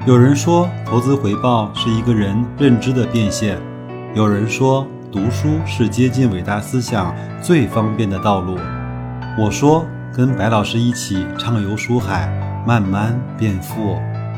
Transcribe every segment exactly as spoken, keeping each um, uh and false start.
有人说，投资回报是一个人认知的变现；有人说，读书是接近伟大思想最方便的道路。我说，跟白老师一起畅游书海，慢慢变富。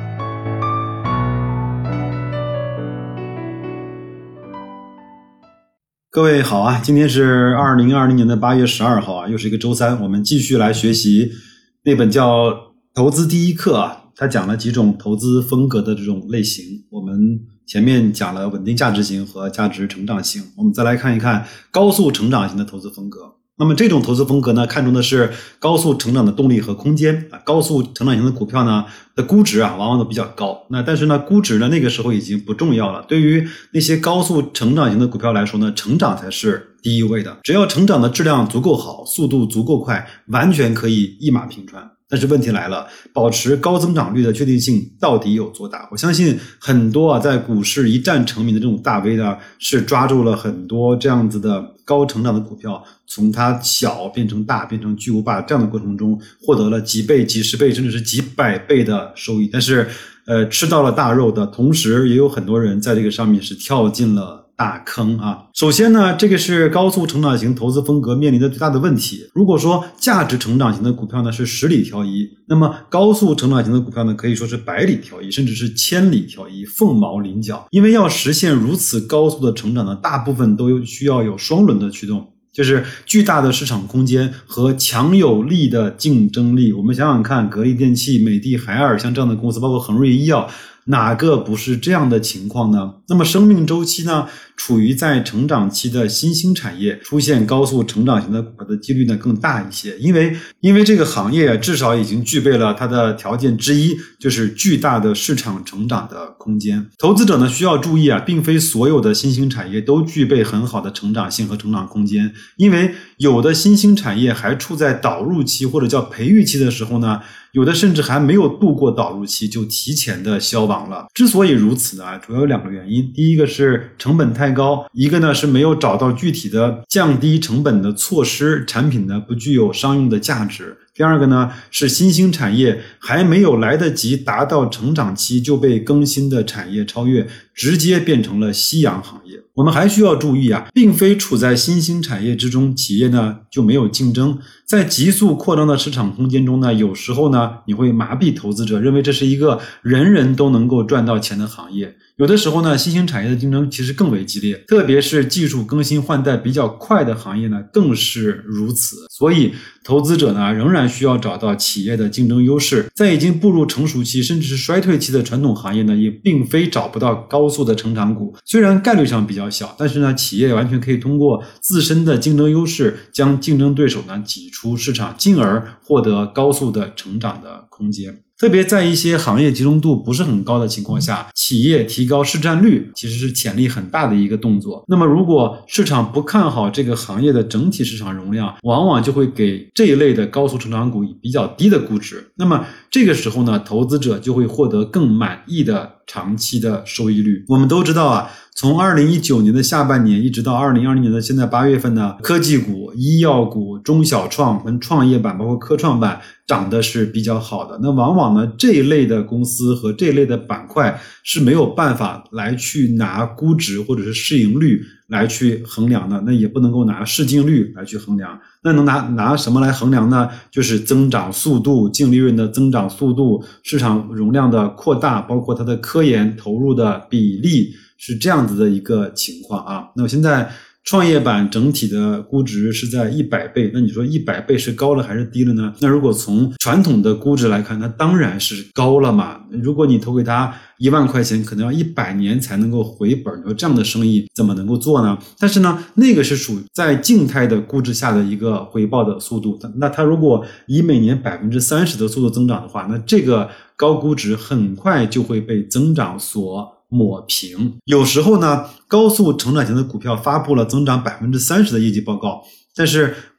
各位好啊，今天是二零二零年的八月十二号啊，又是一个周三，我们继续来学习那本叫《投资第一课》啊。他讲了几种投资风格的这种类型，我们前面讲了稳定价值型和价值成长型，我们再来看一看高速成长型的投资风格。那么这种投资风格呢，看重的是高速成长的动力和空间啊。高速成长型的股票呢的估值啊，往往都比较高。那但是呢，估值呢那个时候已经不重要了。对于那些高速成长型的股票来说呢，成长才是第一位的。只要成长的质量足够好，速度足够快，完全可以一马平川。但是问题来了，保持高增长率的确定性到底有多大？我相信很多啊，在股市一战成名的这种大 V 呢，是抓住了很多这样子的高成长的股票，从它小变成大，变成巨无霸这样的过程中，获得了几倍、几十倍，甚至是几百倍的收益。但是，呃，吃到了大肉的同时，也有很多人在这个上面是跳进了大坑啊。首先呢，这个是高速成长型投资风格面临的最大的问题。如果说价值成长型的股票呢是十里挑一，那么高速成长型的股票呢可以说是百里挑一，甚至是千里挑一，凤毛麟角。因为要实现如此高速的成长呢，大部分都需要有双轮的驱动，就是巨大的市场空间和强有力的竞争力。我们想想看，格力电器、美的、海尔像这样的公司，包括恒瑞医药，哪个不是这样的情况呢？那么生命周期呢，处于在成长期的新兴产业出现高速成长型的股票的几率呢更大一些，因为因为这个行业至少已经具备了它的条件之一，就是巨大的市场成长的空间。投资者呢需要注意啊，并非所有的新兴产业都具备很好的成长性和成长空间，因为有的新兴产业还处在导入期或者叫培育期的时候呢，有的甚至还没有度过导入期就提前的消亡了。之所以如此呢，主要有两个原因。第一个是成本太高，一个呢是没有找到具体的降低成本的措施，产品呢不具有商用的价值。第二个呢是新兴产业还没有来得及达到成长期就被更新的产业超越，直接变成了夕阳行业。我们还需要注意啊，并非处在新兴产业之中，企业呢就没有竞争。在急速扩张的市场空间中呢，有时候呢你会麻痹投资者，认为这是一个人人都能够赚到钱的行业。有的时候呢，新兴产业的竞争其实更为激烈，特别是技术更新换代比较快的行业呢，更是如此。所以投资者呢，仍然需要找到企业的竞争优势。在已经步入成熟期甚至是衰退期的传统行业呢，也并非找不到高速的成长股，虽然概率上比较小，但是呢，企业完全可以通过自身的竞争优势，将竞争对手呢挤出市场，进而获得高速的成长的空间。特别在一些行业集中度不是很高的情况下，企业提高市占率其实是潜力很大的一个动作。那么如果市场不看好这个行业的整体市场容量，往往就会给这一类的高速成长股以比较低的估值。那么这个时候呢，投资者就会获得更满意的长期的收益率。我们都知道啊，从二零一九年的下半年一直到二零二零年的现在八月份呢，科技股、医药股、中小创跟创业板包括科创板涨的是比较好的。那往往呢，这一类的公司和这一类的板块是没有办法来去拿估值或者是市盈率来去衡量的，那也不能够拿市净率来去衡量。那能拿拿什么来衡量呢？就是增长速度、净利润的增长速度、市场容量的扩大，包括它的科研投入的比例，是这样子的一个情况啊。那么现在创业板整体的估值是在一百倍，那你说一百倍是高了还是低了呢？那如果从传统的估值来看，那当然是高了嘛。如果你投给他一万块钱，可能要一百年才能够回本，你说这样的生意怎么能够做呢？但是呢，那个是属于在静态的估值下的一个回报的速度。那它如果以每年 百分之三十 的速度增长的话，那这个高估值很快就会被增长所抹平。有时候呢，高速成长型的股票发布了增长 百分之三十 的业绩报告，但是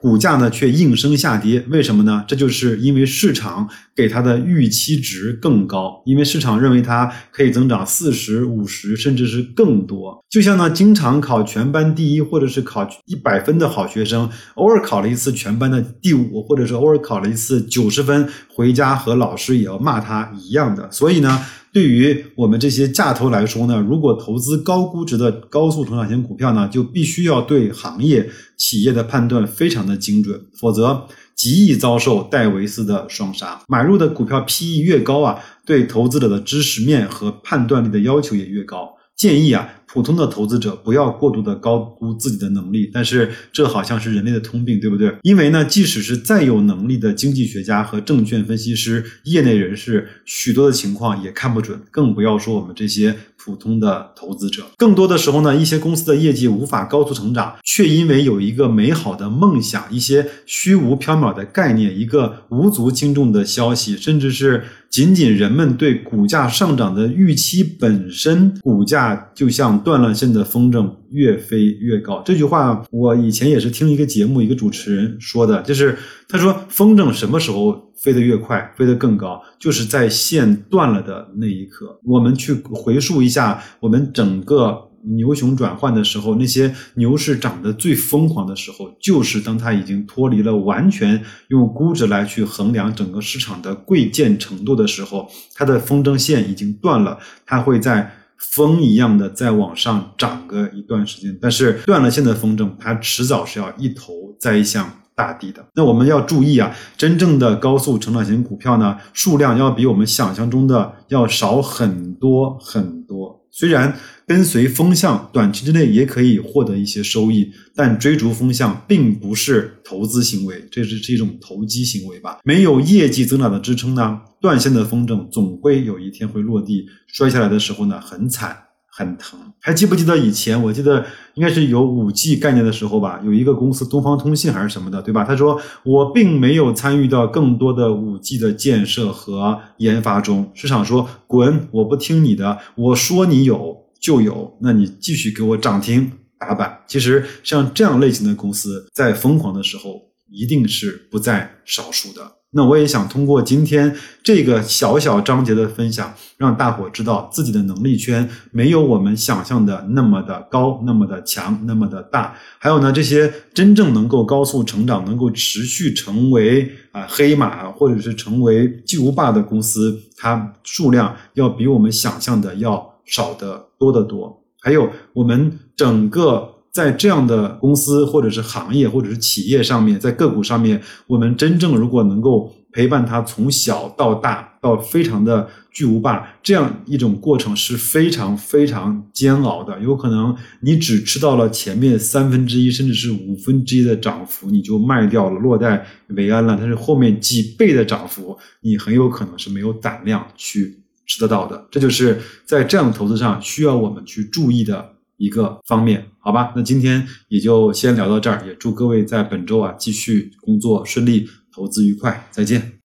股价呢却应声下跌，为什么呢？这就是因为市场给它的预期值更高，因为市场认为它可以增长四十、五十甚至是更多。就像呢经常考全班第一或者是考一百分的好学生，偶尔考了一次全班的第五，或者是偶尔考了一次九十分，回家和老师也要骂他一样的。所以呢对于我们这些价投来说呢，如果投资高估值的高速成长型股票呢，就必须要对行业企业的判断非常的精准，否则极易遭受戴维斯的双杀。买入的股票 P E 越高啊，对投资者的知识面和判断力的要求也越高。建议啊，普通的投资者不要过度的高估自己的能力，但是这好像是人类的通病，对不对？因为呢，即使是再有能力的经济学家和证券分析师、业内人士，许多的情况也看不准，更不要说我们这些普通的投资者。更多的时候呢，一些公司的业绩无法高速成长，却因为有一个美好的梦想、一些虚无缥缈的概念、一个无足轻重的消息，甚至是仅仅人们对股价上涨的预期本身，股价就像断了线的风筝，越飞越高。这句话我以前也是听一个节目一个主持人说的，就是他说风筝什么时候飞得越快，飞得更高，就是在线断了的那一刻。我们去回溯一下我们整个牛熊转换的时候，那些牛市涨得最疯狂的时候，就是当它已经脱离了完全用估值来去衡量整个市场的贵贱程度的时候，它的风筝线已经断了，它会在风一样的再往上涨个一段时间，但是断了线的风筝它迟早是要一头栽向大地的。那我们要注意啊，真正的高速成长型股票呢，数量要比我们想象中的要少很多很多。虽然跟随风向短期之内也可以获得一些收益，但追逐风向并不是投资行为，这是一种投机行为吧。没有业绩增长的支撑呢，断线的风筝总归有一天会落地，摔下来的时候呢很惨很疼。还记不记得以前，我记得应该是有 五 G 概念的时候吧，有一个公司东方通信还是什么的，对吧？他说我并没有参与到更多的 五 G 的建设和研发中，市场说滚，我不听你的，我说你有就有，那你继续给我涨停打板。其实像这样类型的公司在疯狂的时候一定是不在少数的。那我也想通过今天这个小小章节的分享，让大伙知道自己的能力圈没有我们想象的那么的高，那么的强，那么的大。还有呢，这些真正能够高速成长，能够持续成为啊黑马或者是成为巨无霸的公司，它数量要比我们想象的要少得多得多。还有我们整个在这样的公司或者是行业或者是企业上面，在个股上面，我们真正如果能够陪伴它从小到大到非常的巨无霸，这样一种过程是非常非常煎熬的。有可能你只吃到了前面三分之一甚至是五分之一的涨幅，你就卖掉了，落袋为安了。但是后面几倍的涨幅，你很有可能是没有胆量去吃得到的。这就是在这样的投资上需要我们去注意的一个方面，好吧？那今天也就先聊到这儿，也祝各位在本周啊继续工作顺利，投资愉快，再见。